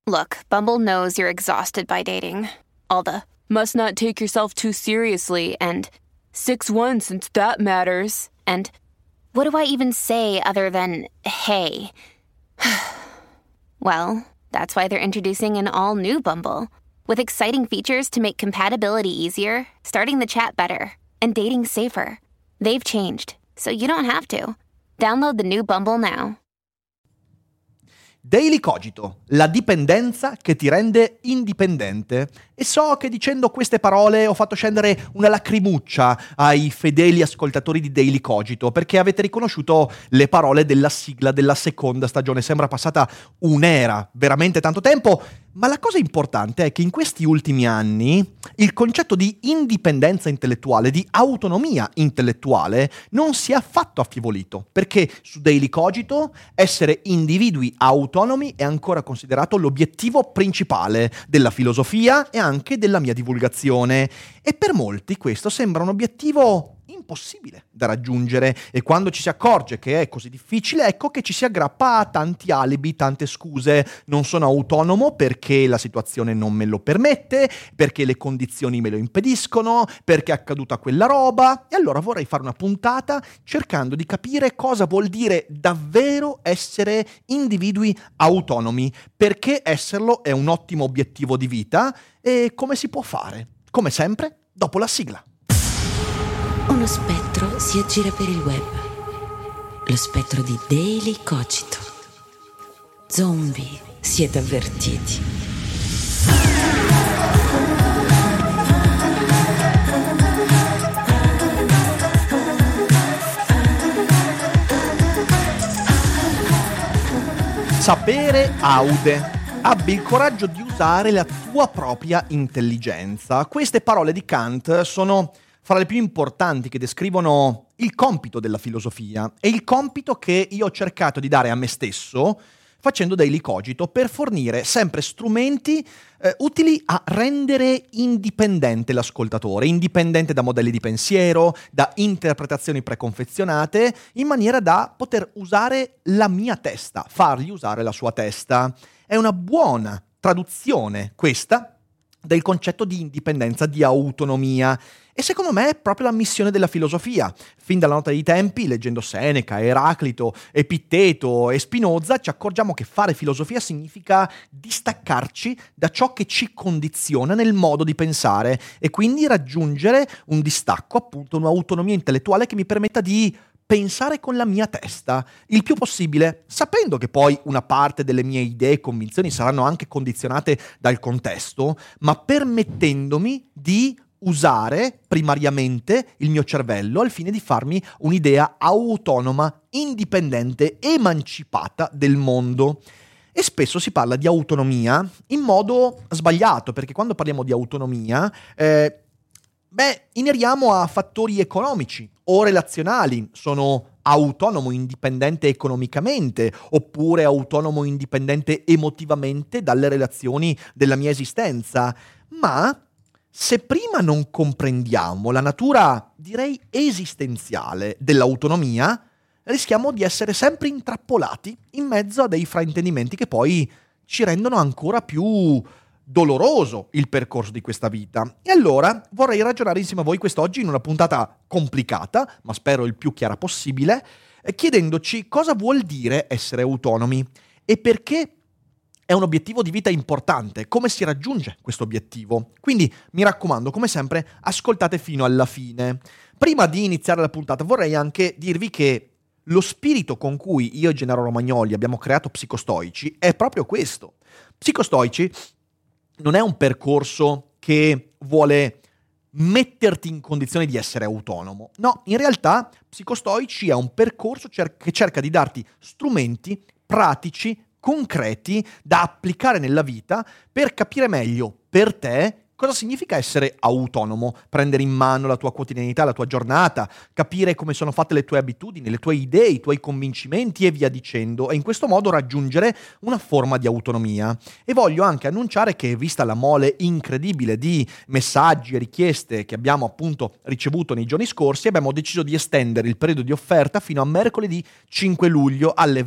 Look, Bumble knows you're exhausted by dating. All the must not take yourself too seriously and 6'1" since that matters. And what do I even say other than hey? Well, that's why they're introducing an all-new Bumble with exciting features to make compatibility easier, starting the chat better, and dating safer. They've changed, so you don't have to. Download the new Bumble now. Daily Cogito, la dipendenza che ti rende indipendente. E so che dicendo queste parole ho fatto scendere una lacrimuccia ai fedeli ascoltatori di Daily Cogito, perché avete riconosciuto le parole della sigla della seconda stagione. Sembra passata un'era, veramente tanto tempo, ma la cosa importante è che in questi ultimi anni il concetto di indipendenza intellettuale, di autonomia intellettuale, non si è affatto affievolito, perché su Daily Cogito essere individui autonomi è ancora considerato l'obiettivo principale della filosofia e anche della mia divulgazione. E per molti questo sembra un obiettivo impossibile da raggiungere, e quando ci si accorge che è così difficile, ecco che ci si aggrappa a tanti alibi, tante scuse. Non sono autonomo perché la situazione non me lo permette, perché le condizioni me lo impediscono, perché è accaduta quella roba. E allora vorrei fare una puntata cercando di capire cosa vuol dire davvero essere individui autonomi, perché esserlo è un ottimo obiettivo di vita e come si può fare. Come sempre, dopo la sigla. Uno spettro si aggira per il web. Lo spettro di Daily Cogito. Zombie, siete avvertiti. Sapere aude. Abbi il coraggio di usare la tua propria intelligenza. Queste parole di Kant sono fra le più importanti che descrivono il compito della filosofia e il compito che io ho cercato di dare a me stesso facendo Daily Cogito per fornire sempre strumenti utili a rendere indipendente l'ascoltatore, indipendente da modelli di pensiero, da interpretazioni preconfezionate, in maniera da poter usare la mia testa, fargli usare la sua testa. È una buona traduzione questa del concetto di indipendenza, di autonomia. E secondo me è proprio la missione della filosofia. Fin dalla nota dei tempi, leggendo Seneca, Eraclito, Epitteto e Spinoza, ci accorgiamo che fare filosofia significa distaccarci da ciò che ci condiziona nel modo di pensare e quindi raggiungere un distacco, appunto un'autonomia intellettuale che mi permetta di pensare con la mia testa il più possibile, sapendo che poi una parte delle mie idee e convinzioni saranno anche condizionate dal contesto, ma permettendomi di usare primariamente il mio cervello al fine di farmi un'idea autonoma, indipendente, emancipata del mondo. E spesso si parla di autonomia in modo sbagliato, perché quando parliamo di autonomia ineriamo a fattori economici o relazionali. Sono autonomo, indipendente economicamente, oppure autonomo, indipendente emotivamente dalle relazioni della mia esistenza. Ma se prima non comprendiamo la natura, direi, esistenziale dell'autonomia, rischiamo di essere sempre intrappolati in mezzo a dei fraintendimenti che poi ci rendono ancora più doloroso il percorso di questa vita. E allora vorrei ragionare insieme a voi quest'oggi in una puntata complicata, ma spero il più chiara possibile, chiedendoci cosa vuol dire essere autonomi e perché è un obiettivo di vita importante, come si raggiunge questo obiettivo. Quindi mi raccomando, come sempre, ascoltate fino alla fine. Prima di iniziare la puntata vorrei anche dirvi che lo spirito con cui io e Gennaro Romagnoli abbiamo creato Psicostoici è proprio questo. Psicostoici non è un percorso che vuole metterti in condizione di essere autonomo. No, in realtà Psicostoici è un percorso che cerca di darti strumenti pratici, concreti, da applicare nella vita per capire meglio per te Cosa significa essere autonomo? Prendere in mano la tua quotidianità, la tua giornata, capire come sono fatte le tue abitudini, le tue idee, i tuoi convincimenti e via dicendo, e in questo modo raggiungere una forma di autonomia. E voglio anche annunciare che, vista la mole incredibile di messaggi e richieste che abbiamo appunto ricevuto nei giorni scorsi, abbiamo deciso di estendere il periodo di offerta fino a mercoledì 5 luglio alle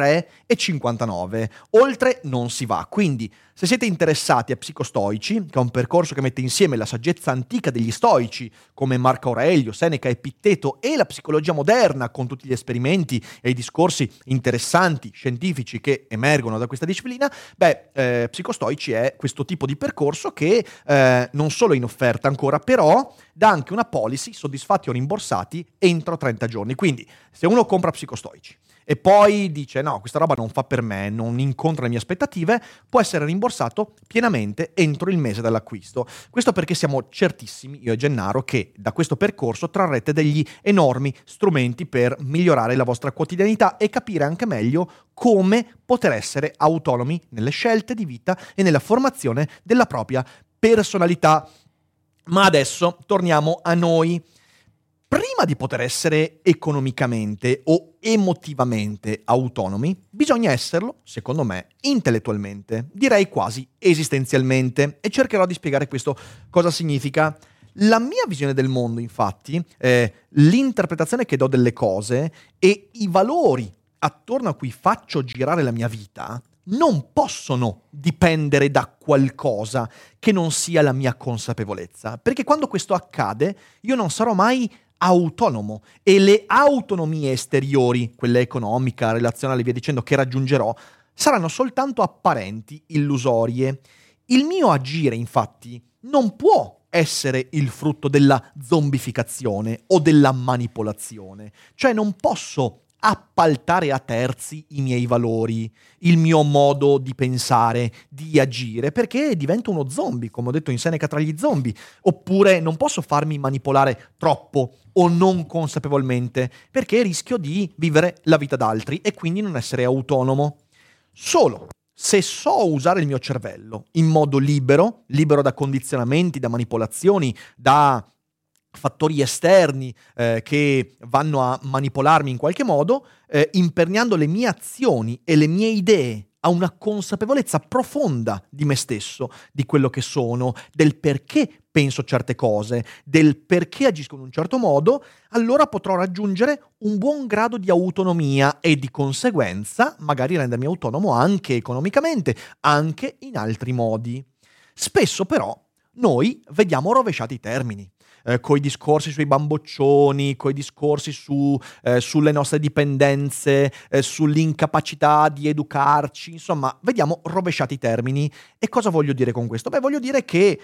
23:59. Oltre non si va, quindi se siete interessati a Psicostoici, che è un percorso che mette insieme la saggezza antica degli stoici, come Marco Aurelio, Seneca, Epitteto, e la psicologia moderna, con tutti gli esperimenti e i discorsi interessanti, scientifici, che emergono da questa disciplina, Psicostoici è questo tipo di percorso che non solo è in offerta ancora, però dà anche una policy soddisfatti o rimborsati entro 30 giorni. Quindi, se uno compra Psicostoici e poi dice no, questa roba non fa per me, non incontra le mie aspettative, può essere rimborsato pienamente entro il mese dall'acquisto. Questo perché siamo certissimi, io e Gennaro, che da questo percorso trarrete degli enormi strumenti per migliorare la vostra quotidianità e capire anche meglio come poter essere autonomi nelle scelte di vita e nella formazione della propria personalità. Ma adesso torniamo a noi. Prima di poter essere economicamente o emotivamente autonomi, bisogna esserlo, secondo me, intellettualmente, direi quasi esistenzialmente, e cercherò di spiegare questo cosa significa. La mia visione del mondo, infatti, l'interpretazione che do delle cose e i valori attorno a cui faccio girare la mia vita non possono dipendere da qualcosa che non sia la mia consapevolezza, perché quando questo accade io non sarò mai autonomo e le autonomie esteriori, quella economica, relazionale, via dicendo, che raggiungerò, saranno soltanto apparenti, illusorie. Il mio agire, infatti, non può essere il frutto della zombificazione o della manipolazione, cioè non posso appaltare a terzi i miei valori, il mio modo di pensare, di agire, perché divento uno zombie, come ho detto in Seneca tra gli zombie, oppure non posso farmi manipolare troppo o non consapevolmente, perché rischio di vivere la vita d'altri e quindi non essere autonomo. Solo se so usare il mio cervello in modo libero da condizionamenti, da manipolazioni, da fattori esterni che vanno a manipolarmi in qualche modo, imperniando le mie azioni e le mie idee a una consapevolezza profonda di me stesso, di quello che sono, del perché penso certe cose, del perché agisco in un certo modo, allora potrò raggiungere un buon grado di autonomia e di conseguenza magari rendermi autonomo anche economicamente, anche in altri modi. Spesso però noi vediamo rovesciati i termini. Coi discorsi sui bamboccioni, coi discorsi sulle nostre dipendenze, sull'incapacità di educarci, insomma, vediamo rovesciati i termini. E cosa voglio dire con questo? Voglio dire che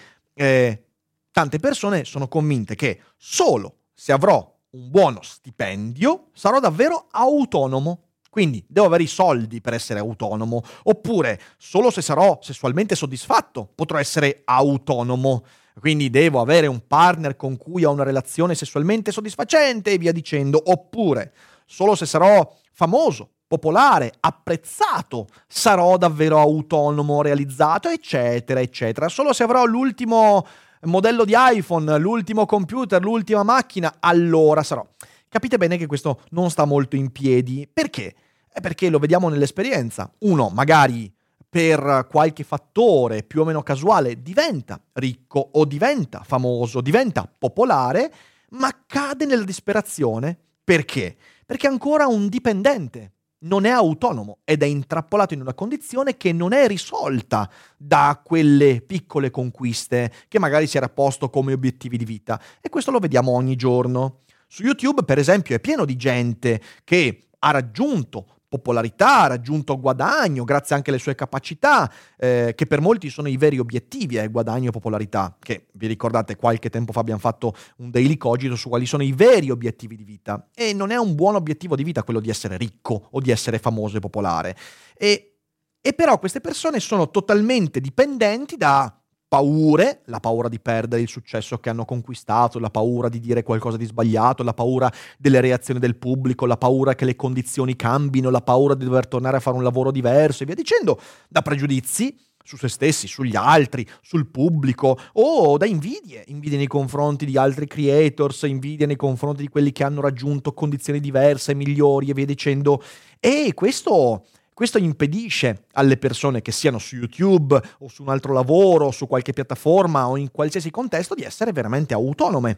tante persone sono convinte che solo se avrò un buono stipendio sarò davvero autonomo. Quindi devo avere i soldi per essere autonomo, oppure solo se sarò sessualmente soddisfatto potrò essere autonomo. Quindi devo avere un partner con cui ho una relazione sessualmente soddisfacente e via dicendo, oppure solo se sarò famoso, popolare, apprezzato, sarò davvero autonomo, realizzato, eccetera, eccetera. Solo se avrò l'ultimo modello di iPhone, l'ultimo computer, l'ultima macchina, allora sarò. Capite bene che questo non sta molto in piedi. Perché? Perché lo vediamo nell'esperienza. Uno magari per qualche fattore più o meno casuale diventa ricco o diventa famoso, diventa popolare, ma cade nella disperazione. Perché? Perché è ancora un dipendente, non è autonomo ed è intrappolato in una condizione che non è risolta da quelle piccole conquiste che magari si era posto come obiettivi di vita. E questo lo vediamo ogni giorno. Su YouTube, per esempio, è pieno di gente che ha raggiunto popolarità, ha raggiunto guadagno grazie anche alle sue capacità, che per molti sono i veri obiettivi, guadagno e popolarità, che vi ricordate qualche tempo fa abbiamo fatto un daily cogito su quali sono i veri obiettivi di vita, e non è un buon obiettivo di vita quello di essere ricco o di essere famoso e popolare, e però queste persone sono totalmente dipendenti da paure, la paura di perdere il successo che hanno conquistato, la paura di dire qualcosa di sbagliato, la paura delle reazioni del pubblico, la paura che le condizioni cambino, la paura di dover tornare a fare un lavoro diverso e via dicendo, da pregiudizi, su se stessi, sugli altri, sul pubblico, o da invidie nei confronti di altri creators, invidia nei confronti di quelli che hanno raggiunto condizioni diverse, migliori e via dicendo. E questo impedisce alle persone, che siano su YouTube o su un altro lavoro, su qualche piattaforma o in qualsiasi contesto, di essere veramente autonome.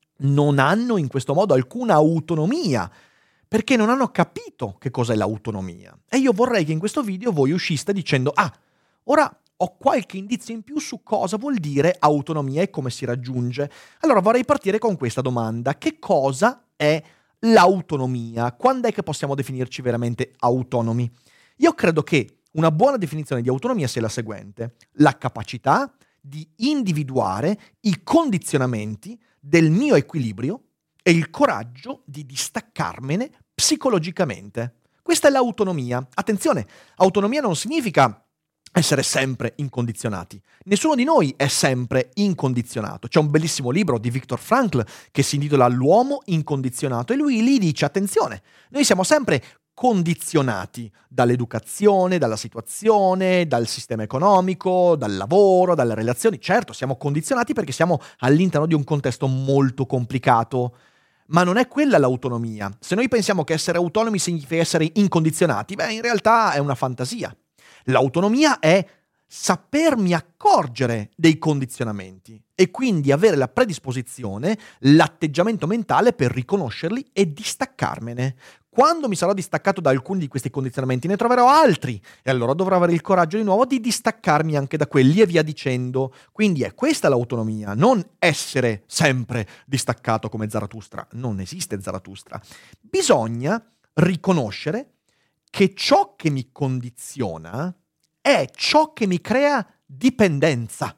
Non hanno in questo modo alcuna autonomia, perché non hanno capito che cos'è l'autonomia. E io vorrei che in questo video voi usciste dicendo: ora ho qualche indizio in più su cosa vuol dire autonomia e come si raggiunge. Allora vorrei partire con questa domanda: che cosa è l'autonomia? Quando è che possiamo definirci veramente autonomi? Io credo che una buona definizione di autonomia sia la seguente: la capacità di individuare i condizionamenti del mio equilibrio e il coraggio di distaccarmene psicologicamente. Questa è l'autonomia. Attenzione, autonomia non significa essere sempre incondizionati. Nessuno di noi è sempre incondizionato. C'è un bellissimo libro di Viktor Frankl che si intitola L'uomo incondizionato e lui lì dice: attenzione, noi siamo sempre condizionati dall'educazione, dalla situazione, dal sistema economico, dal lavoro, dalle relazioni. Certo, siamo condizionati perché siamo all'interno di un contesto molto complicato, ma non è quella l'autonomia. Se noi pensiamo che essere autonomi significa essere incondizionati, in realtà è una fantasia. L'autonomia è sapermi accorgere dei condizionamenti e quindi avere la predisposizione, l'atteggiamento mentale per riconoscerli e distaccarmene. Quando mi sarò distaccato da alcuni di questi condizionamenti ne troverò altri e allora dovrò avere il coraggio di nuovo di distaccarmi anche da quelli e via dicendo. Quindi è questa l'autonomia, non essere sempre distaccato come Zarathustra. Non esiste Zarathustra. Bisogna riconoscere che ciò che mi condiziona è ciò che mi crea dipendenza.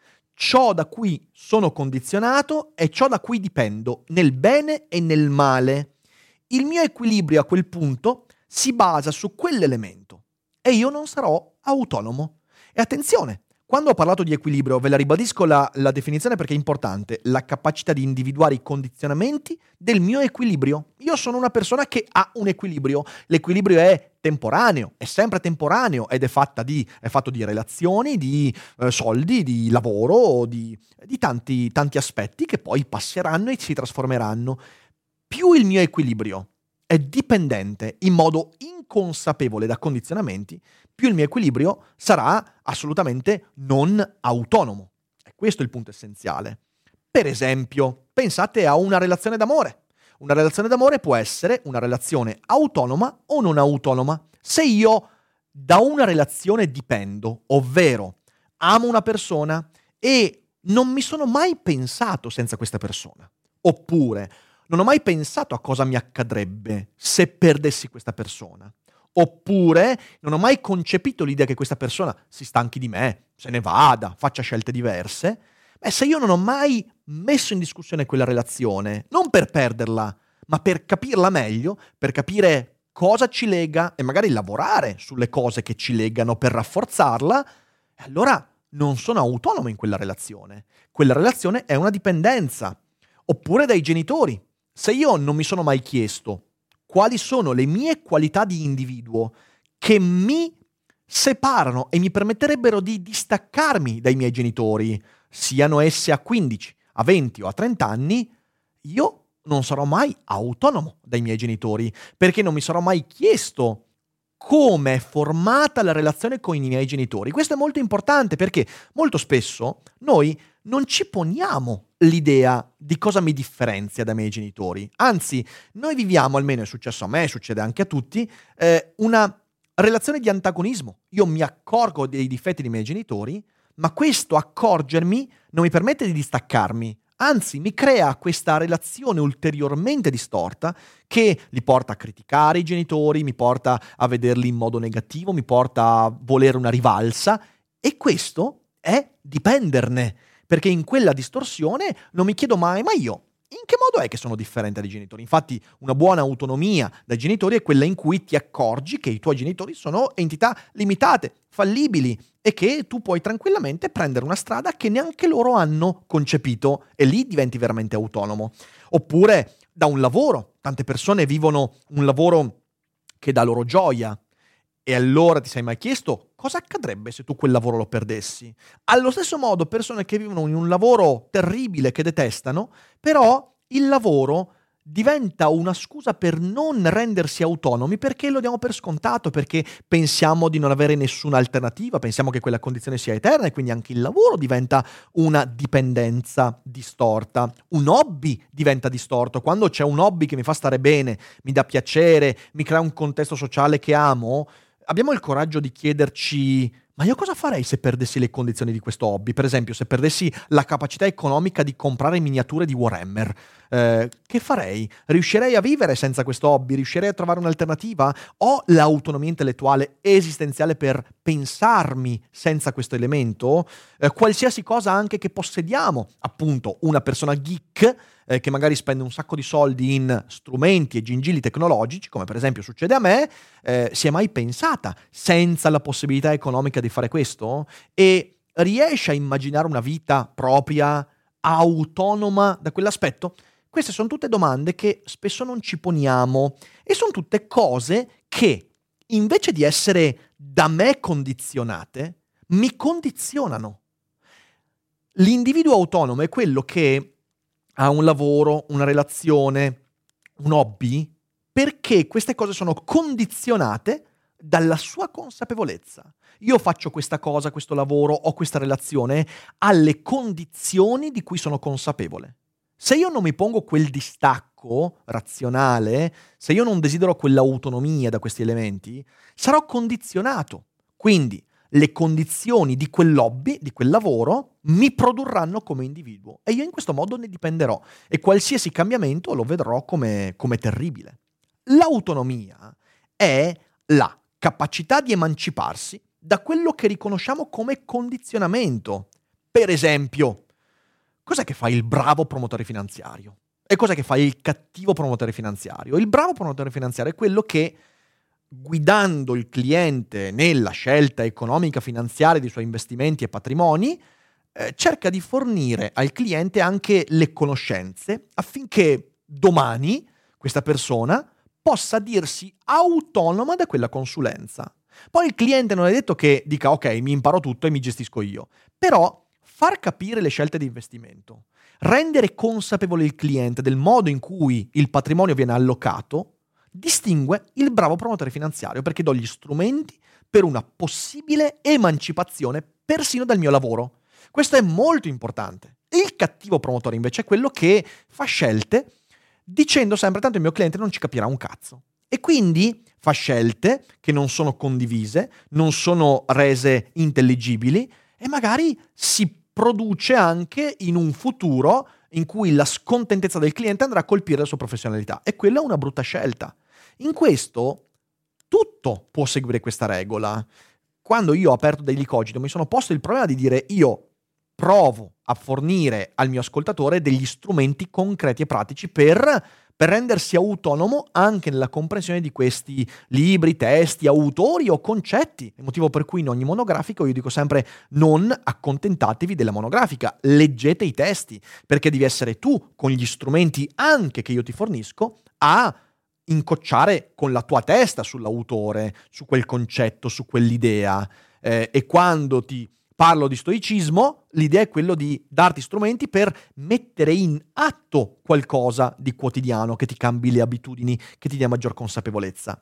Ciò da cui sono condizionato è ciò da cui dipendo, nel bene e nel male. Il mio equilibrio a quel punto si basa su quell'elemento e io non sarò autonomo. E attenzione, quando ho parlato di equilibrio, ve la ribadisco la definizione perché è importante: la capacità di individuare i condizionamenti del mio equilibrio. Io sono una persona che ha un equilibrio. L'equilibrio è temporaneo, è sempre temporaneo ed è fatto di relazioni, di soldi, di lavoro, di tanti aspetti che poi passeranno e si trasformeranno. Più il mio equilibrio è dipendente in modo inconsapevole da condizionamenti, più il mio equilibrio sarà assolutamente non autonomo. E questo è il punto essenziale. Per esempio, pensate a una relazione d'amore. Una relazione d'amore può essere una relazione autonoma o non autonoma. Se io da una relazione dipendo, ovvero amo una persona e non mi sono mai pensato senza questa persona, oppure non ho mai pensato a cosa mi accadrebbe se perdessi questa persona, oppure non ho mai concepito l'idea che questa persona si stanchi di me, se ne vada, faccia scelte diverse. Se io non ho mai messo in discussione quella relazione, non per perderla, ma per capirla meglio, per capire cosa ci lega e magari lavorare sulle cose che ci legano per rafforzarla, allora non sono autonomo in quella relazione. Quella relazione è una dipendenza. Oppure dai genitori. Se io non mi sono mai chiesto quali sono le mie qualità di individuo che mi separano e mi permetterebbero di distaccarmi dai miei genitori, siano essi a 15, a 20 o a 30 anni, io non sarò mai autonomo dai miei genitori, perché non mi sarò mai chiesto come è formata la relazione con i miei genitori. Questo è molto importante perché molto spesso noi non ci poniamo l'idea di cosa mi differenzia dai miei genitori. Anzi, noi viviamo, almeno è successo a me, succede anche a tutti, una relazione di antagonismo. Io mi accorgo dei difetti dei miei genitori, ma questo accorgermi non mi permette di distaccarmi. Anzi, mi crea questa relazione ulteriormente distorta che li porta a criticare i genitori, mi porta a vederli in modo negativo, mi porta a volere una rivalsa e questo è dipenderne, perché in quella distorsione non mi chiedo mai, ma io in che modo è che sono differente dai genitori? Infatti una buona autonomia dai genitori è quella in cui ti accorgi che i tuoi genitori sono entità limitate, fallibili e che tu puoi tranquillamente prendere una strada che neanche loro hanno concepito e lì diventi veramente autonomo. Oppure da un lavoro. Tante persone vivono un lavoro che dà loro gioia e allora ti sei mai chiesto cosa accadrebbe se tu quel lavoro lo perdessi? Allo stesso modo, persone che vivono in un lavoro terribile, che detestano, però il lavoro diventa una scusa per non rendersi autonomi, perché lo diamo per scontato, perché pensiamo di non avere nessuna alternativa, pensiamo che quella condizione sia eterna, e quindi anche il lavoro diventa una dipendenza distorta, un hobby diventa distorto. Quando c'è un hobby che mi fa stare bene, mi dà piacere, mi crea un contesto sociale che amo, abbiamo il coraggio di chiederci: ma io cosa farei se perdessi le condizioni di questo hobby? Per esempio, se perdessi la capacità economica di comprare miniature di Warhammer, che farei? Riuscirei a vivere senza questo hobby? Riuscirei a trovare un'alternativa? Ho l'autonomia intellettuale esistenziale per pensarmi senza questo elemento? Qualsiasi cosa anche che possediamo, appunto, una persona geek che magari spende un sacco di soldi in strumenti e gingilli tecnologici, come per esempio succede a me, si è mai pensata senza la possibilità economica di fare questo? E riesce a immaginare una vita propria, autonoma da quell'aspetto? Queste sono tutte domande che spesso non ci poniamo, e sono tutte cose che, invece di essere da me condizionate, mi condizionano. L'individuo autonomo è quello che ha un lavoro, una relazione, un hobby, perché queste cose sono condizionate dalla sua consapevolezza. Io faccio questa cosa, questo lavoro, ho questa relazione alle condizioni di cui sono consapevole. Se io non mi pongo quel distacco razionale, se io non desidero quell'autonomia da questi elementi, sarò condizionato. Quindi le condizioni di quell'hobby, di quel lavoro, mi produrranno come individuo, e io in questo modo ne dipenderò, e qualsiasi cambiamento lo vedrò come terribile. L'autonomia è la capacità di emanciparsi da quello che riconosciamo come condizionamento. Per esempio, cos'è che fa il bravo promotore finanziario? E cos'è che fa il cattivo promotore finanziario? Il bravo promotore finanziario è quello che, guidando il cliente nella scelta economica finanziaria dei suoi investimenti e patrimoni, cerca di fornire al cliente anche le conoscenze affinché domani questa persona possa dirsi autonoma da quella consulenza. Poi il cliente non è detto che dica: ok, mi imparo tutto e mi gestisco io, però far capire le scelte di investimento, rendere consapevole il cliente del modo in cui il patrimonio viene allocato, distingue il bravo promotore finanziario, perché do gli strumenti per una possibile emancipazione persino dal mio lavoro. Questo è molto importante. Il cattivo promotore invece è quello che fa scelte dicendo sempre: tanto il mio cliente non ci capirà un cazzo. E quindi fa scelte che non sono condivise, non sono rese intelligibili, e magari si produce anche in un futuro in cui la scontentezza del cliente andrà a colpire la sua professionalità. E quella è una brutta scelta. In questo tutto può seguire questa regola. Quando io ho aperto Daily Cogito mi sono posto il problema di dire: io provo a fornire al mio ascoltatore degli strumenti concreti e pratici per rendersi autonomo anche nella comprensione di questi libri, testi, autori o concetti. Il motivo per cui in ogni monografico io dico sempre: non accontentatevi della monografica, leggete i testi, perché devi essere tu, con gli strumenti anche che io ti fornisco, a incocciare con la tua testa sull'autore, su quel concetto, su quell'idea. E quando ti parlo di stoicismo, l'idea è quello di darti strumenti per mettere in atto qualcosa di quotidiano che ti cambi le abitudini, che ti dia maggior consapevolezza.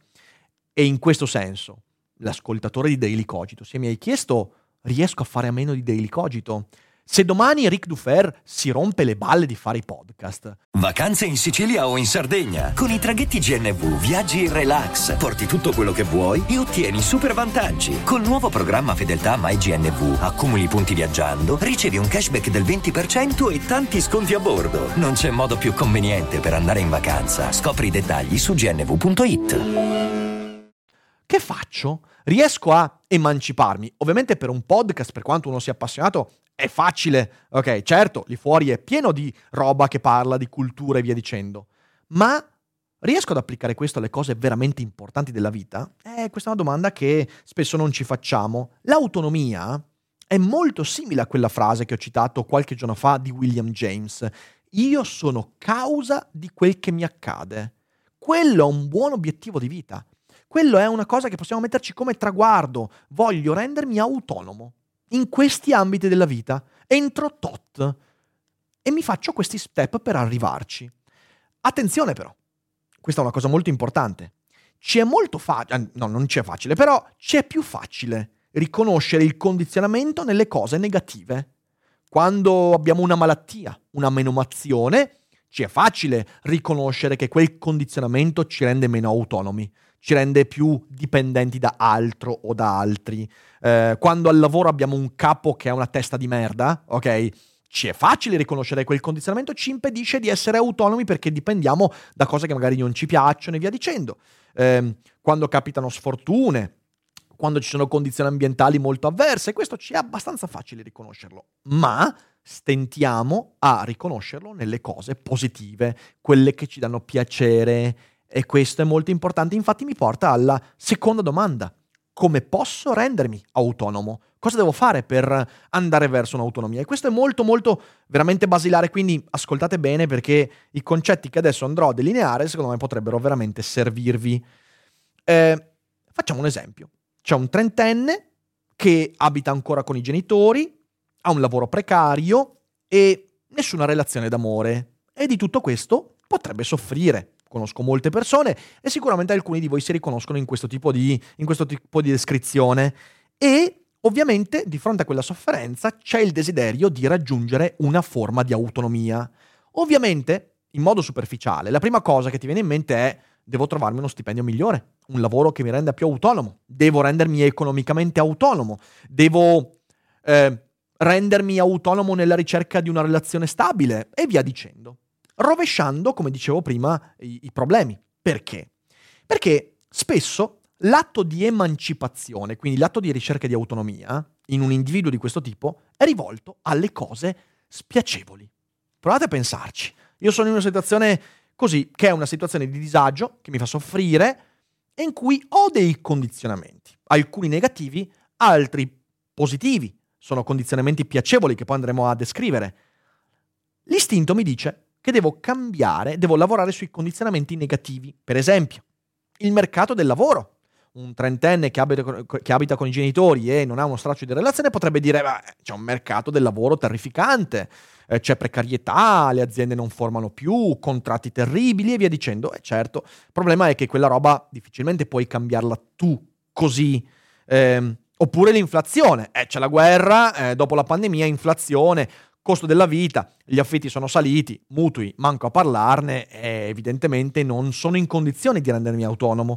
E in questo senso, l'ascoltatore di Daily Cogito, se mi hai chiesto: riesco a fare a meno di Daily Cogito? Se domani Ric Dufer si rompe le balle di fare i podcast. Vacanze in Sicilia o in Sardegna. Con i traghetti GNV viaggi in relax, porti tutto quello che vuoi e ottieni super vantaggi. Col nuovo programma Fedeltà MyGNV accumuli punti viaggiando, ricevi un cashback del 20% e tanti sconti a bordo. Non c'è modo più conveniente per andare in vacanza. Scopri i dettagli su gnv.it. Che faccio? Riesco a emanciparmi? Ovviamente per un podcast, per quanto uno sia appassionato, è facile. Ok, certo, lì fuori è pieno di roba che parla di cultura e via dicendo. Ma riesco ad applicare questo alle cose veramente importanti della vita? Questa è una domanda che spesso non ci facciamo. L'autonomia è molto simile a quella frase che ho citato qualche giorno fa di William James: io sono causa di quel che mi accade. Quello è un buon obiettivo di vita. Quello è una cosa che possiamo metterci come traguardo. Voglio rendermi autonomo in questi ambiti della vita, entro tot, e mi faccio questi step per arrivarci. Attenzione però, questa è una cosa molto importante. Ci è molto facile, no, non ci è facile, però ci è più facile riconoscere il condizionamento nelle cose negative. Quando abbiamo una malattia, una menomazione, ci è facile riconoscere che quel condizionamento ci rende meno autonomi, ci rende più dipendenti da altro o da altri. Quando al lavoro abbiamo un capo che ha una testa di merda, ok? Ci è facile riconoscere che quel condizionamento ci impedisce di essere autonomi perché dipendiamo da cose che magari non ci piacciono e via dicendo. Quando capitano sfortune, quando ci sono condizioni ambientali molto avverse, questo ci è abbastanza facile riconoscerlo, ma stentiamo a riconoscerlo nelle cose positive, quelle che ci danno piacere, e questo è molto importante. Infatti mi porta alla seconda domanda: come posso rendermi autonomo? Cosa devo fare per andare verso un'autonomia? E questo è molto molto veramente basilare, quindi ascoltate bene, perché i concetti che adesso andrò a delineare secondo me potrebbero veramente servirvi. Facciamo un esempio. C'è un trentenne che abita ancora con i genitori, ha un lavoro precario e nessuna relazione d'amore, e di tutto questo potrebbe soffrire. Conosco molte persone e sicuramente alcuni di voi si riconoscono in questo tipo di descrizione, e ovviamente di fronte a quella sofferenza c'è il desiderio di raggiungere una forma di autonomia. Ovviamente, in modo superficiale, la prima cosa che ti viene in mente è: devo trovarmi uno stipendio migliore, un lavoro che mi renda più autonomo, devo rendermi economicamente autonomo, devo rendermi autonomo nella ricerca di una relazione stabile e via dicendo. Rovesciando, come dicevo prima, i problemi. Perché? Perché spesso l'atto di emancipazione, quindi l'atto di ricerca di autonomia, in un individuo di questo tipo, è rivolto alle cose spiacevoli. Provate a pensarci. Io sono in una situazione così, che è una situazione di disagio, che mi fa soffrire, e in cui ho dei condizionamenti, alcuni negativi, altri positivi. Sono condizionamenti piacevoli che poi andremo a descrivere. L'istinto mi dice che devo cambiare, devo lavorare sui condizionamenti negativi. Per esempio, il mercato del lavoro. Un trentenne che abita con i genitori e non ha uno straccio di relazione potrebbe dire: c'è un mercato del lavoro terrificante, c'è precarietà, le aziende non formano più, contratti terribili e via dicendo. Certo, il problema è che quella roba difficilmente puoi cambiarla tu così. Oppure l'inflazione, c'è la guerra, dopo la pandemia, inflazione, costo della vita, gli affitti sono saliti, mutui, manco a parlarne, e evidentemente non sono in condizioni di rendermi autonomo.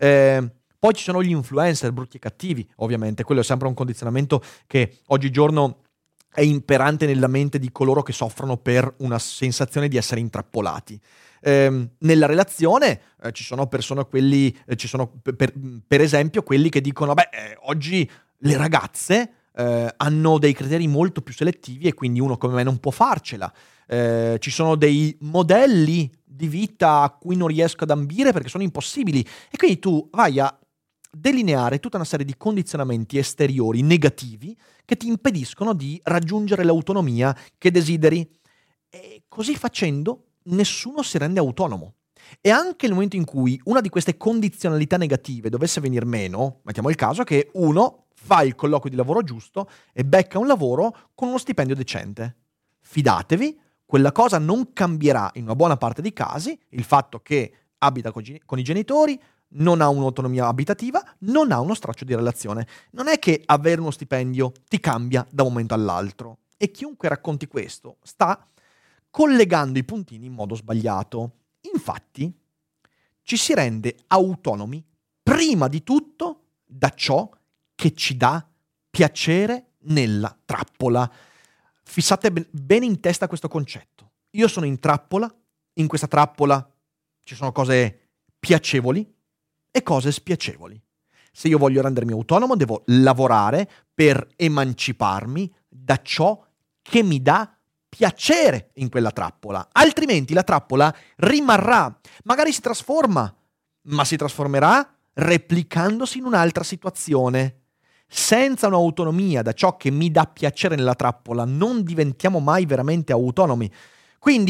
Poi ci sono gli influencer, brutti e cattivi, ovviamente, quello è sempre un condizionamento che oggigiorno è imperante nella mente di coloro che soffrono per una sensazione di essere intrappolati. Nella relazione ci sono persone, ci sono per esempio quelli che dicono: oggi le ragazze hanno dei criteri molto più selettivi e quindi uno come me non può farcela. Ci sono dei modelli di vita a cui non riesco ad ambire perché sono impossibili, e quindi tu vai a delineare tutta una serie di condizionamenti esteriori negativi che ti impediscono di raggiungere l'autonomia che desideri, e così facendo nessuno si rende autonomo. E anche nel momento in cui una di queste condizionalità negative dovesse venir meno, mettiamo il caso che uno fa il colloquio di lavoro giusto e becca un lavoro con uno stipendio decente. Fidatevi, quella cosa non cambierà in una buona parte dei casi. Il fatto che abita con i genitori, non ha un'autonomia abitativa, non ha uno straccio di relazione. Non è che avere uno stipendio ti cambia da un momento all'altro. E chiunque racconti questo sta collegando i puntini in modo sbagliato. Infatti, ci si rende autonomi prima di tutto da ciò che ci dà piacere nella trappola. Fissate bene in testa questo concetto. Io sono in trappola, in questa trappola ci sono cose piacevoli e cose spiacevoli. Se io voglio rendermi autonomo, devo lavorare per emanciparmi da ciò che mi dà piacere in quella trappola. Altrimenti la trappola rimarrà, magari si trasforma, ma si trasformerà replicandosi in un'altra situazione. Senza un'autonomia da ciò che mi dà piacere nella trappola non diventiamo mai veramente autonomi. Quindi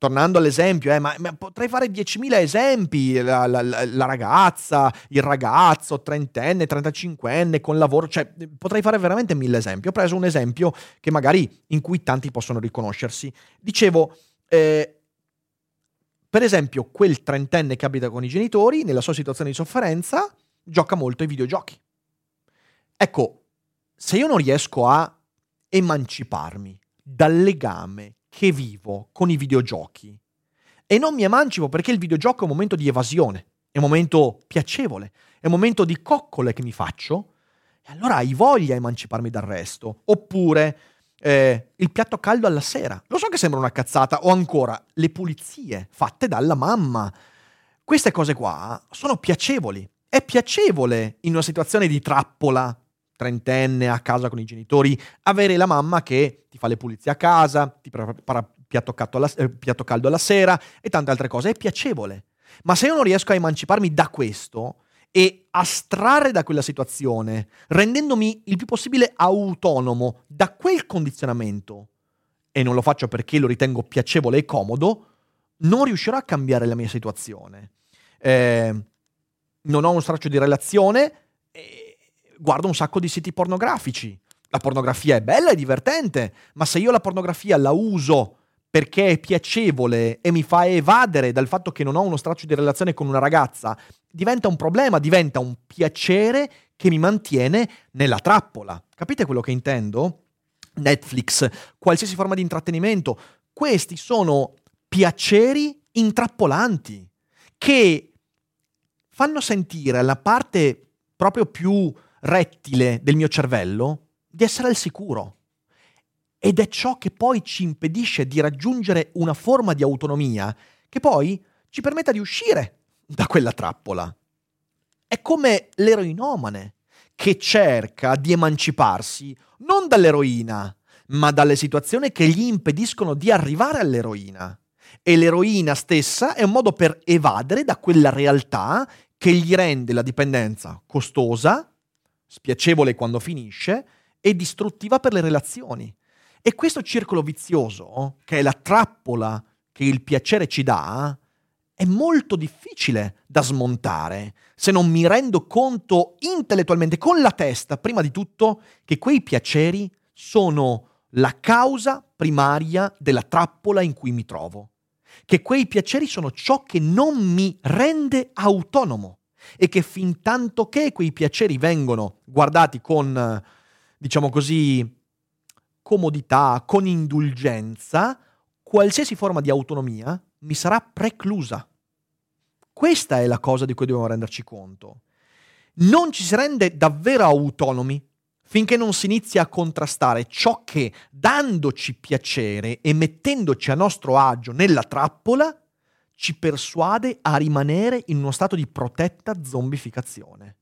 tornando all'esempio, ma potrei fare 10.000 esempi, la ragazza, il ragazzo, trentenne, 35enne, con lavoro, cioè potrei fare veramente 1000 esempi. Ho preso un esempio che magari in cui tanti possono riconoscersi. Dicevo, per esempio, quel trentenne che abita con i genitori, nella sua situazione di sofferenza, gioca molto ai videogiochi. Ecco, se io non riesco a emanciparmi dal legame che vivo con i videogiochi, e non mi emancipo perché il videogioco è un momento di evasione, è un momento piacevole, è un momento di coccole che mi faccio, e allora hai voglia a emanciparmi dal resto. Oppure il piatto caldo alla sera, lo so che sembra una cazzata, o ancora le pulizie fatte dalla mamma. Queste cose qua sono piacevoli. È piacevole in una situazione di trappola trentenne a casa con i genitori avere la mamma che ti fa le pulizie a casa, ti prepara piatto caldo alla sera e tante altre cose. È piacevole. Ma se io non riesco a emanciparmi da questo e astrarre da quella situazione, rendendomi il più possibile autonomo da quel condizionamento, e non lo faccio perché lo ritengo piacevole e comodo, non riuscirò a cambiare la mia situazione. Non ho uno straccio di relazione, guardo un sacco di siti pornografici. La pornografia è bella e divertente, ma se io la pornografia la uso perché è piacevole e mi fa evadere dal fatto che non ho uno straccio di relazione con una ragazza, diventa un problema, diventa un piacere che mi mantiene nella trappola. Capite quello che intendo? Netflix, qualsiasi forma di intrattenimento, questi sono piaceri intrappolanti che fanno sentire la parte proprio più rettile del mio cervello di essere al sicuro. Ed è ciò che poi ci impedisce di raggiungere una forma di autonomia che poi ci permetta di uscire da quella trappola. È come l'eroinomane che cerca di emanciparsi non dall'eroina, ma dalle situazioni che gli impediscono di arrivare all'eroina. E l'eroina stessa è un modo per evadere da quella realtà che gli rende la dipendenza costosa, spiacevole quando finisce e distruttiva per le relazioni. E questo circolo vizioso, che è la trappola che il piacere ci dà, è molto difficile da smontare se non mi rendo conto intellettualmente, con la testa, prima di tutto, che quei piaceri sono la causa primaria della trappola in cui mi trovo. Che quei piaceri sono ciò che non mi rende autonomo e che fin tanto che quei piaceri vengono guardati con, diciamo così, comodità, con indulgenza, qualsiasi forma di autonomia mi sarà preclusa. Questa è la cosa di cui dobbiamo renderci conto. Non ci si rende davvero autonomi finché non si inizia a contrastare ciò che, dandoci piacere e mettendoci a nostro agio nella trappola, ci persuade a rimanere in uno stato di protetta zombificazione.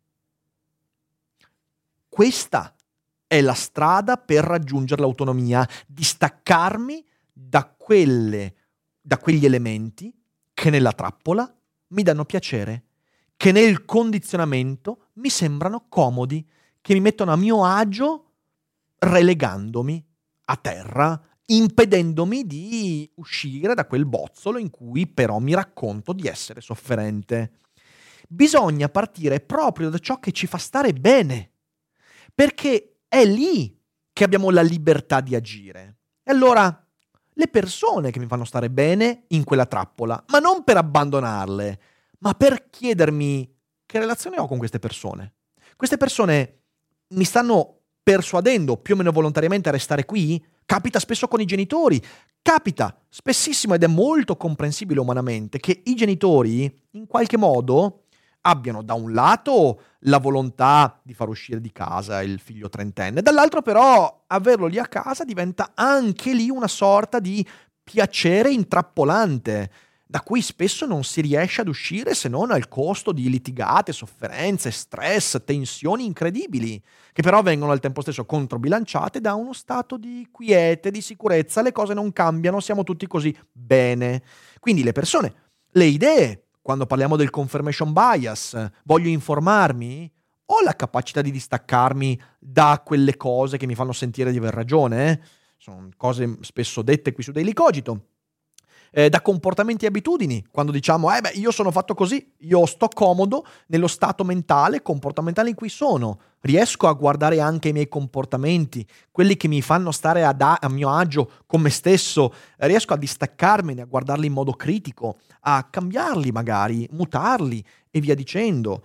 Questa è la strada per raggiungere l'autonomia, distaccarmi da quegli elementi che nella trappola mi danno piacere, che nel condizionamento mi sembrano comodi, che mi mettono a mio agio relegandomi a terra, impedendomi di uscire da quel bozzolo in cui però mi racconto di essere sofferente. Bisogna partire proprio da ciò che ci fa stare bene, perché è lì che abbiamo la libertà di agire. E allora, le persone che mi fanno stare bene in quella trappola, ma non per abbandonarle, ma per chiedermi che relazione ho con queste persone. Queste persone mi stanno persuadendo più o meno volontariamente a restare qui? Capita spesso con i genitori, capita spessissimo ed è molto comprensibile umanamente che i genitori in qualche modo abbiano da un lato la volontà di far uscire di casa il figlio trentenne, dall'altro però averlo lì a casa diventa anche lì una sorta di piacere intrappolante, da cui spesso non si riesce ad uscire se non al costo di litigate, sofferenze, stress, tensioni incredibili, che però vengono al tempo stesso controbilanciate da uno stato di quiete, di sicurezza, le cose non cambiano, siamo tutti così bene. Quindi le persone, le idee, quando parliamo del confirmation bias, voglio informarmi, ho la capacità di distaccarmi da quelle cose che mi fanno sentire di aver ragione? Sono cose spesso dette qui su Daily Cogito. da comportamenti e abitudini, quando diciamo io sono fatto così, io sto comodo nello stato mentale, comportamentale in cui sono, riesco a guardare anche i miei comportamenti, quelli che mi fanno stare a mio agio con me stesso, riesco a distaccarmene, a guardarli in modo critico, a cambiarli magari, mutarli e via dicendo.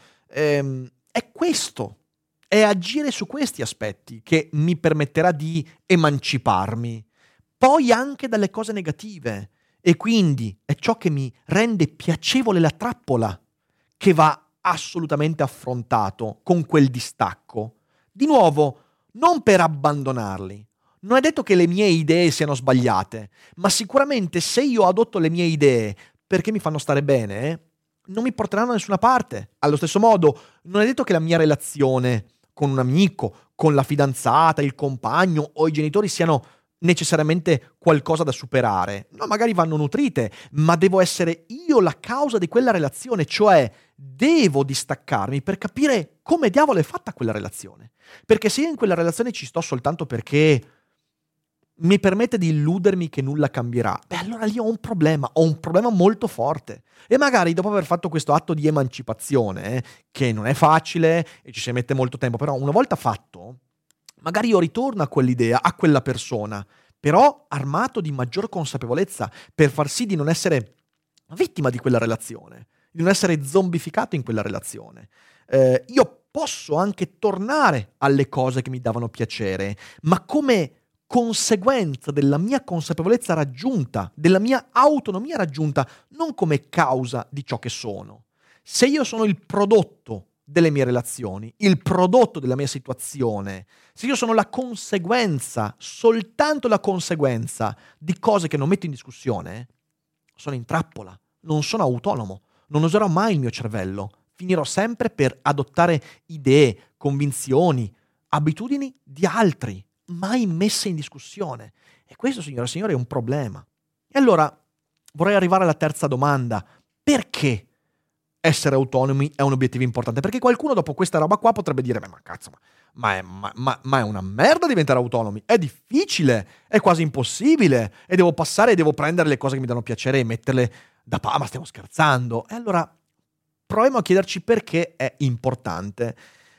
È questo, è agire su questi aspetti che mi permetterà di emanciparmi, poi anche dalle cose negative. E quindi è ciò che mi rende piacevole la trappola, che va assolutamente affrontato con quel distacco. Di nuovo, non per abbandonarli. Non è detto che le mie idee siano sbagliate, ma sicuramente se io adotto le mie idee perché mi fanno stare bene, non mi porteranno da nessuna parte. Allo stesso modo, non è detto che la mia relazione con un amico, con la fidanzata, il compagno o i genitori siano necessariamente qualcosa da superare. No, magari vanno nutrite, ma devo essere io la causa di quella relazione, cioè devo distaccarmi per capire come diavolo è fatta quella relazione. Perché se io in quella relazione ci sto soltanto perché mi permette di illudermi che nulla cambierà, allora lì ho un problema molto forte. E magari dopo aver fatto questo atto di emancipazione, che non è facile e ci si mette molto tempo, però una volta fatto, magari io ritorno a quell'idea, a quella persona, però armato di maggior consapevolezza per far sì di non essere vittima di quella relazione, di non essere zombificato in quella relazione. Io posso anche tornare alle cose che mi davano piacere, ma come conseguenza della mia consapevolezza raggiunta, della mia autonomia raggiunta, non come causa di ciò che sono. Se io sono il prodotto delle mie relazioni, il prodotto della mia situazione, se io sono la conseguenza, soltanto la conseguenza di cose che non metto in discussione, sono in trappola, non sono autonomo, non userò mai il mio cervello, finirò sempre per adottare idee, convinzioni, abitudini di altri, mai messe in discussione. E questo, signore e signori, è un problema. E allora vorrei arrivare alla terza domanda. Perché essere autonomi è un obiettivo importante? Perché qualcuno dopo questa roba qua potrebbe dire ma cazzo, ma è una merda diventare autonomi, è difficile, è quasi impossibile e devo prendere le cose che mi danno piacere e metterle da parte, ma stiamo scherzando? E allora proviamo a chiederci perché è importante.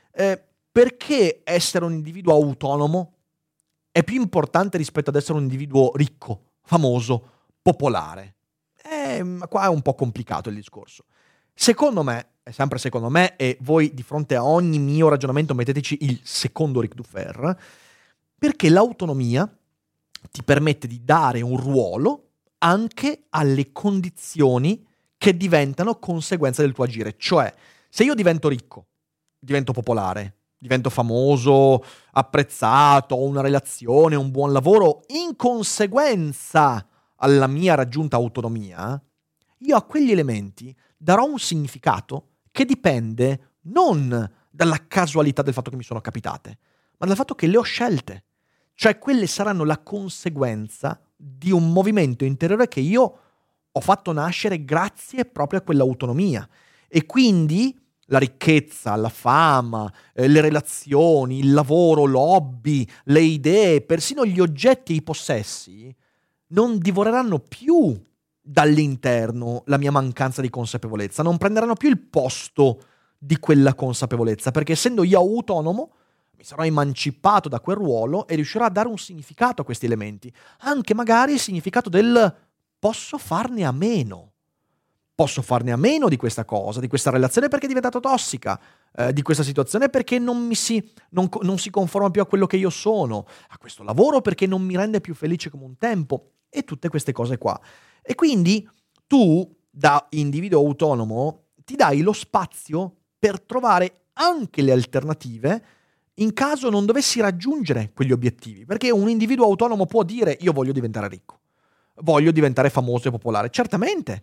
Perché essere un individuo autonomo è più importante rispetto ad essere un individuo ricco, famoso, popolare? Qua è un po' complicato il discorso. Secondo me, è sempre secondo me, e voi di fronte a ogni mio ragionamento metteteci il secondo Ric Dufer, perché l'autonomia ti permette di dare un ruolo anche alle condizioni che diventano conseguenza del tuo agire. Cioè, se io divento ricco, divento popolare, divento famoso, apprezzato, ho una relazione, un buon lavoro, in conseguenza alla mia raggiunta autonomia, io a quegli elementi darò un significato che dipende non dalla casualità del fatto che mi sono capitate, ma dal fatto che le ho scelte. Cioè quelle saranno la conseguenza di un movimento interiore che io ho fatto nascere grazie proprio a quell'autonomia. E quindi la ricchezza, la fama, le relazioni, il lavoro, l'hobby, le idee, persino gli oggetti e i possessi non divoreranno più dall'interno la mia mancanza di consapevolezza, non prenderanno più il posto di quella consapevolezza, perché essendo io autonomo mi sarò emancipato da quel ruolo e riuscirò a dare un significato a questi elementi, anche magari il significato del posso farne a meno. Posso farne a meno di questa cosa, di questa relazione perché è diventata tossica, di questa situazione perché non si conforma più a quello che io sono, a questo lavoro perché non mi rende più felice come un tempo, e tutte queste cose qua. E quindi tu, da individuo autonomo, ti dai lo spazio per trovare anche le alternative in caso non dovessi raggiungere quegli obiettivi. Perché un individuo autonomo può dire io voglio diventare ricco, voglio diventare famoso e popolare, certamente,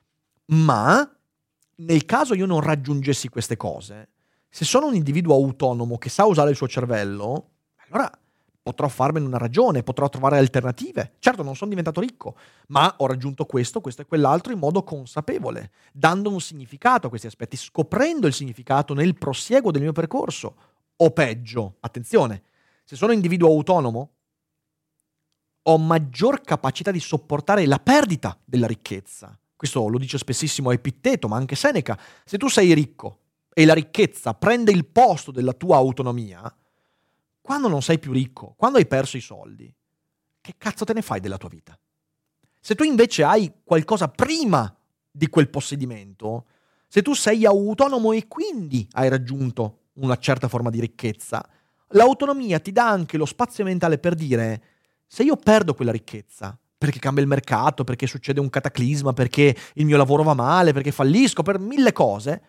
ma nel caso io non raggiungessi queste cose, se sono un individuo autonomo che sa usare il suo cervello, allora potrò farmene una ragione, potrò trovare alternative. Certo, non sono diventato ricco, ma ho raggiunto questo e quell'altro in modo consapevole, dando un significato a questi aspetti, scoprendo il significato nel prosieguo del mio percorso. O peggio, attenzione, se sono individuo autonomo, ho maggior capacità di sopportare la perdita della ricchezza. Questo lo dice spessissimo Epitteto, ma anche Seneca. Se tu sei ricco e la ricchezza prende il posto della tua autonomia, quando non sei più ricco, quando hai perso i soldi, che cazzo te ne fai della tua vita? Se tu invece hai qualcosa prima di quel possedimento, se tu sei autonomo e quindi hai raggiunto una certa forma di ricchezza, l'autonomia ti dà anche lo spazio mentale per dire: se io perdo quella ricchezza, perché cambia il mercato, perché succede un cataclisma, perché il mio lavoro va male, perché fallisco, per 1000 cose,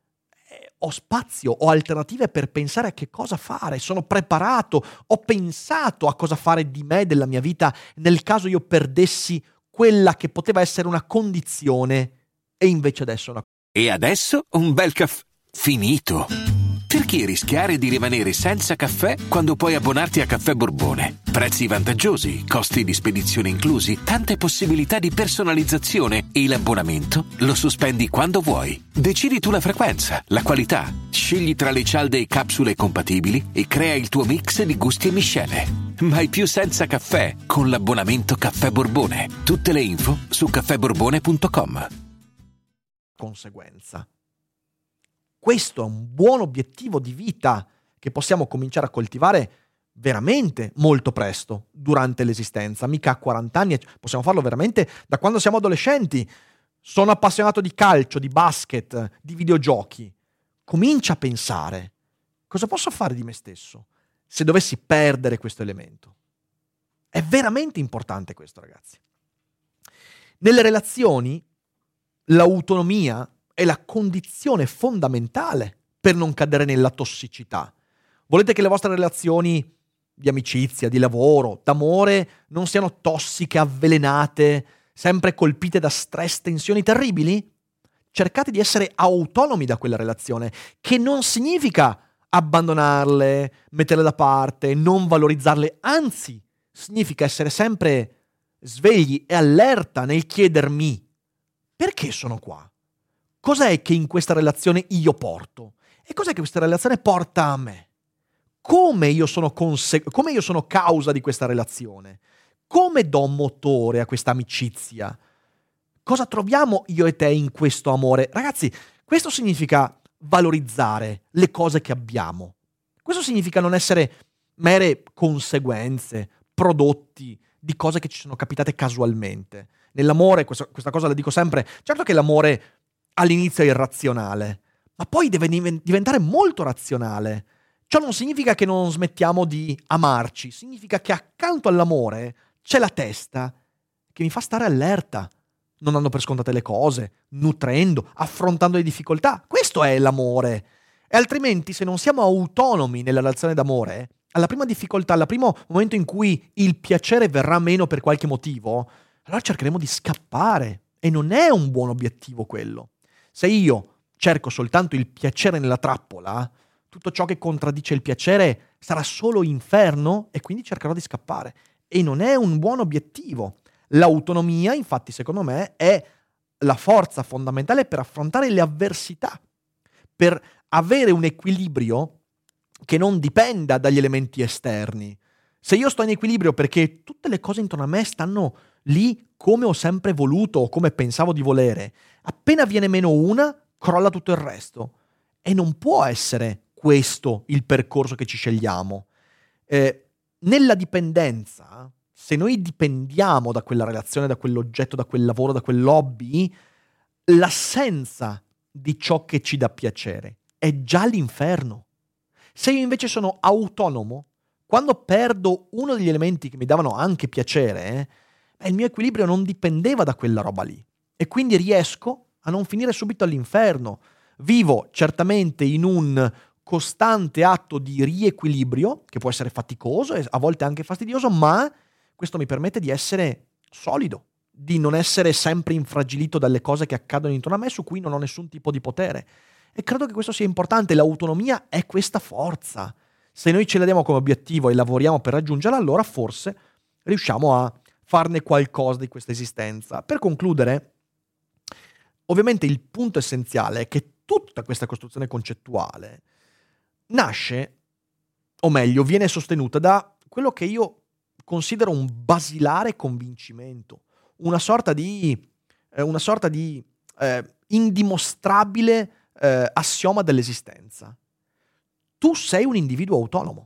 ho spazio, ho alternative per pensare a che cosa fare, sono preparato, ho pensato a cosa fare di me, della mia vita, nel caso io perdessi quella che poteva essere una condizione e invece adesso è una... E adesso un bel caffè finito. Perché rischiare di rimanere senza caffè quando puoi abbonarti a Caffè Borbone? Prezzi vantaggiosi, costi di spedizione inclusi, tante possibilità di personalizzazione e l'abbonamento lo sospendi quando vuoi. Decidi tu la frequenza, la qualità, scegli tra le cialde e capsule compatibili e crea il tuo mix di gusti e miscele. Mai più senza caffè con l'abbonamento Caffè Borbone. Tutte le info su caffèborbone.com. Conseguenza. Questo è un buon obiettivo di vita che possiamo cominciare a coltivare veramente molto presto durante l'esistenza, mica a 40 anni, possiamo farlo veramente da quando siamo adolescenti. Sono appassionato di calcio, di basket, di videogiochi. Comincia a pensare: cosa posso fare di me stesso se dovessi perdere questo elemento? È veramente importante questo, ragazzi. Nelle relazioni l'autonomia è la condizione fondamentale per non cadere nella tossicità. Volete che le vostre relazioni di amicizia, di lavoro, d'amore non siano tossiche, avvelenate, sempre colpite da stress, tensioni terribili? Cercate di essere autonomi da quella relazione, che non significa abbandonarle, metterle da parte, non valorizzarle, anzi, significa essere sempre svegli e allerta nel chiedermi: perché sono qua? Cos'è che in questa relazione io porto? E cos'è che questa relazione porta a me? Come io sono causa di questa relazione? Come do motore a questa amicizia? Cosa troviamo io e te in questo amore? Ragazzi, questo significa valorizzare le cose che abbiamo. Questo significa non essere mere conseguenze, prodotti di cose che ci sono capitate casualmente. Nell'amore, questa cosa la dico sempre, certo che l'amore all'inizio è irrazionale, ma poi deve diventare molto razionale. Ciò non significa che non smettiamo di amarci, significa che accanto all'amore c'è la testa che mi fa stare allerta, non dando per scontate le cose, nutrendo, affrontando le difficoltà. Questo è l'amore. E altrimenti, se non siamo autonomi nella relazione d'amore, alla prima difficoltà, al primo momento in cui il piacere verrà meno per qualche motivo, allora cercheremo di scappare. E non è un buon obiettivo quello. Se io cerco soltanto il piacere nella trappola, tutto ciò che contraddice il piacere sarà solo inferno e quindi cercherò di scappare. E non è un buon obiettivo. L'autonomia, infatti, secondo me, è la forza fondamentale per affrontare le avversità, per avere un equilibrio che non dipenda dagli elementi esterni. Se io sto in equilibrio perché tutte le cose intorno a me stanno lì come ho sempre voluto o come pensavo di volere, appena viene meno una, crolla tutto il resto. E non può essere questo il percorso che ci scegliamo. Nella dipendenza, se noi dipendiamo da quella relazione, da quell'oggetto, da quel lavoro, da quell'hobby, l'assenza di ciò che ci dà piacere è già l'inferno. Se io invece sono autonomo, quando perdo uno degli elementi che mi davano anche piacere, il mio equilibrio non dipendeva da quella roba lì. E quindi riesco a non finire subito all'inferno. Vivo certamente in un costante atto di riequilibrio, che può essere faticoso e a volte anche fastidioso, ma questo mi permette di essere solido, di non essere sempre infragilito dalle cose che accadono intorno a me su cui non ho nessun tipo di potere. E credo che questo sia importante. L'autonomia è questa forza. Se noi ce la diamo come obiettivo e lavoriamo per raggiungerla, allora forse riusciamo a farne qualcosa di questa esistenza. Per concludere, ovviamente il punto essenziale è che tutta questa costruzione concettuale nasce, o meglio, viene sostenuta da quello che io considero un basilare convincimento, una sorta di indimostrabile assioma dell'esistenza. Tu sei un individuo autonomo.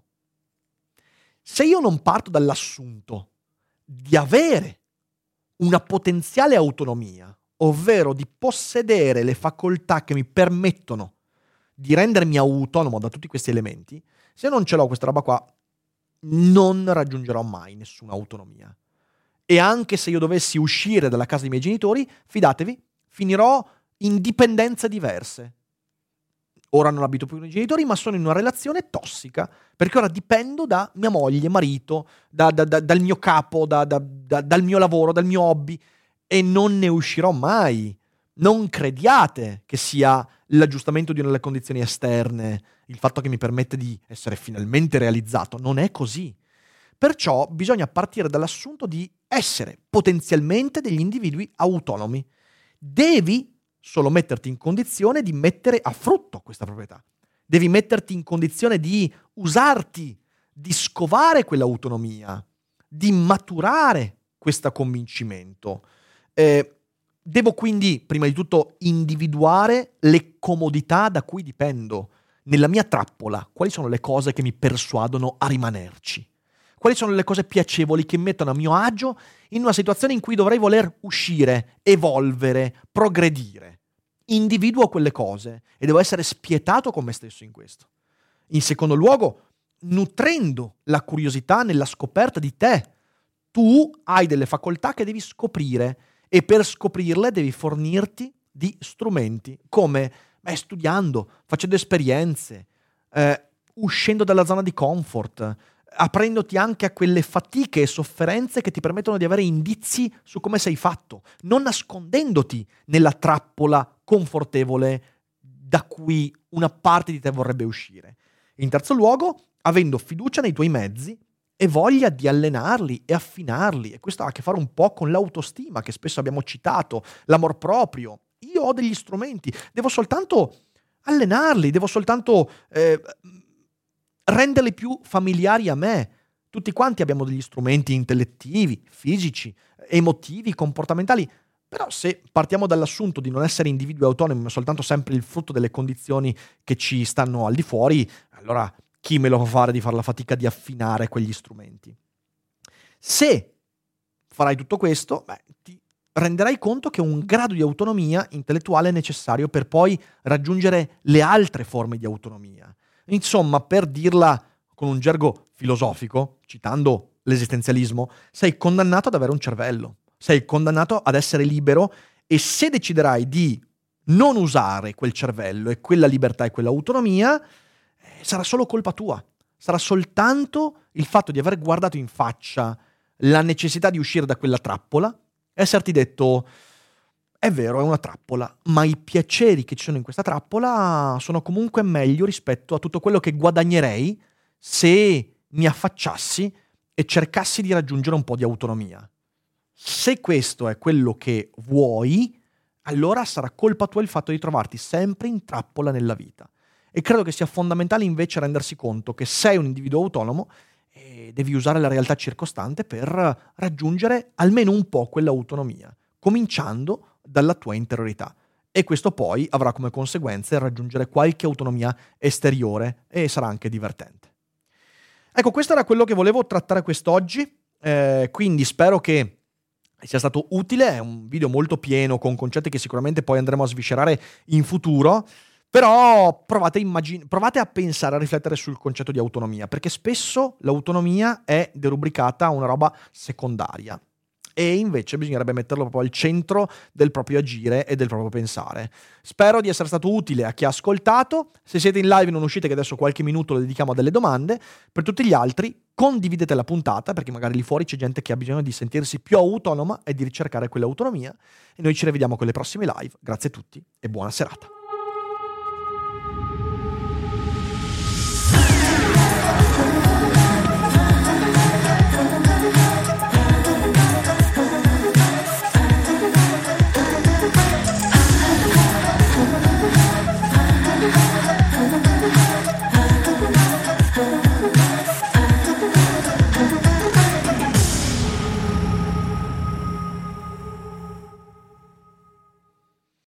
Se io non parto dall'assunto di avere una potenziale autonomia, ovvero di possedere le facoltà che mi permettono di rendermi autonomo da tutti questi elementi, se non ce l'ho questa roba qua, non raggiungerò mai nessuna autonomia. E anche se io dovessi uscire dalla casa dei miei genitori, fidatevi, finirò in dipendenze diverse. Ora non abito più con i genitori, ma sono in una relazione tossica, perché ora dipendo da mia moglie, marito, dal mio capo, dal mio lavoro, dal mio hobby, e non ne uscirò mai. Non crediate che sia l'aggiustamento di una delle condizioni esterne, il fatto che mi permette di essere finalmente realizzato. Non è così. Perciò bisogna partire dall'assunto di essere potenzialmente degli individui autonomi. Devi solo metterti in condizione di mettere a frutto questa proprietà. Devi metterti in condizione di usarti, di scovare quell'autonomia, di maturare questo convincimento. Devo quindi, prima di tutto, individuare le comodità da cui dipendo. Nella mia trappola, quali sono le cose che mi persuadono a rimanerci? Quali sono le cose piacevoli che mi mettono a mio agio in una situazione in cui dovrei voler uscire, evolvere, progredire? Individuo quelle cose e devo essere spietato con me stesso in questo. In secondo luogo, nutrendo la curiosità nella scoperta di te. Tu hai delle facoltà che devi scoprire e per scoprirle devi fornirti di strumenti, come studiando, facendo esperienze, uscendo dalla zona di comfort, aprendoti anche a quelle fatiche e sofferenze che ti permettono di avere indizi su come sei fatto, non nascondendoti nella trappola confortevole da cui una parte di te vorrebbe uscire. In terzo luogo, avendo fiducia nei tuoi mezzi e voglia di allenarli e affinarli, e questo ha a che fare un po' con l'autostima che spesso abbiamo citato, l'amor proprio. Io ho degli strumenti, devo soltanto allenarli, devo soltanto renderli più familiari a me. Tutti quanti abbiamo degli strumenti intellettivi, fisici, emotivi, comportamentali, però se partiamo dall'assunto di non essere individui autonomi, ma soltanto sempre il frutto delle condizioni che ci stanno al di fuori, allora chi me lo fa fare di fare la fatica di affinare quegli strumenti? Se farai tutto questo, ti renderai conto che un grado di autonomia intellettuale è necessario per poi raggiungere le altre forme di autonomia. Insomma, per dirla con un gergo filosofico, citando l'esistenzialismo, sei condannato ad avere un cervello, sei condannato ad essere libero, e se deciderai di non usare quel cervello e quella libertà e quell'autonomia, sarà solo colpa tua. Sarà soltanto il fatto di aver guardato in faccia la necessità di uscire da quella trappola e esserti detto: è vero, è una trappola, ma i piaceri che ci sono in questa trappola sono comunque meglio rispetto a tutto quello che guadagnerei se mi affacciassi e cercassi di raggiungere un po' di autonomia. Se questo è quello che vuoi, allora sarà colpa tua il fatto di trovarti sempre in trappola nella vita. E credo che sia fondamentale invece rendersi conto che sei un individuo autonomo e devi usare la realtà circostante per raggiungere almeno un po' quell'autonomia, cominciando dalla tua interiorità. E questo poi avrà come conseguenza raggiungere qualche autonomia esteriore e sarà anche divertente. Ecco, questo era quello che volevo trattare quest'oggi, quindi spero che sia stato utile. È un video molto pieno con concetti che sicuramente poi andremo a sviscerare in futuro, però provate a pensare, a riflettere sul concetto di autonomia, perché spesso l'autonomia è derubricata a una roba secondaria e invece bisognerebbe metterlo proprio al centro del proprio agire e del proprio pensare. Spero di essere stato utile a chi ha ascoltato. Se siete in live non uscite, che adesso qualche minuto lo dedichiamo a delle domande. Per tutti gli altri, condividete la puntata, perché magari lì fuori c'è gente che ha bisogno di sentirsi più autonoma e di ricercare quell'autonomia, e noi ci rivediamo con le prossime live. Grazie a tutti e buona serata.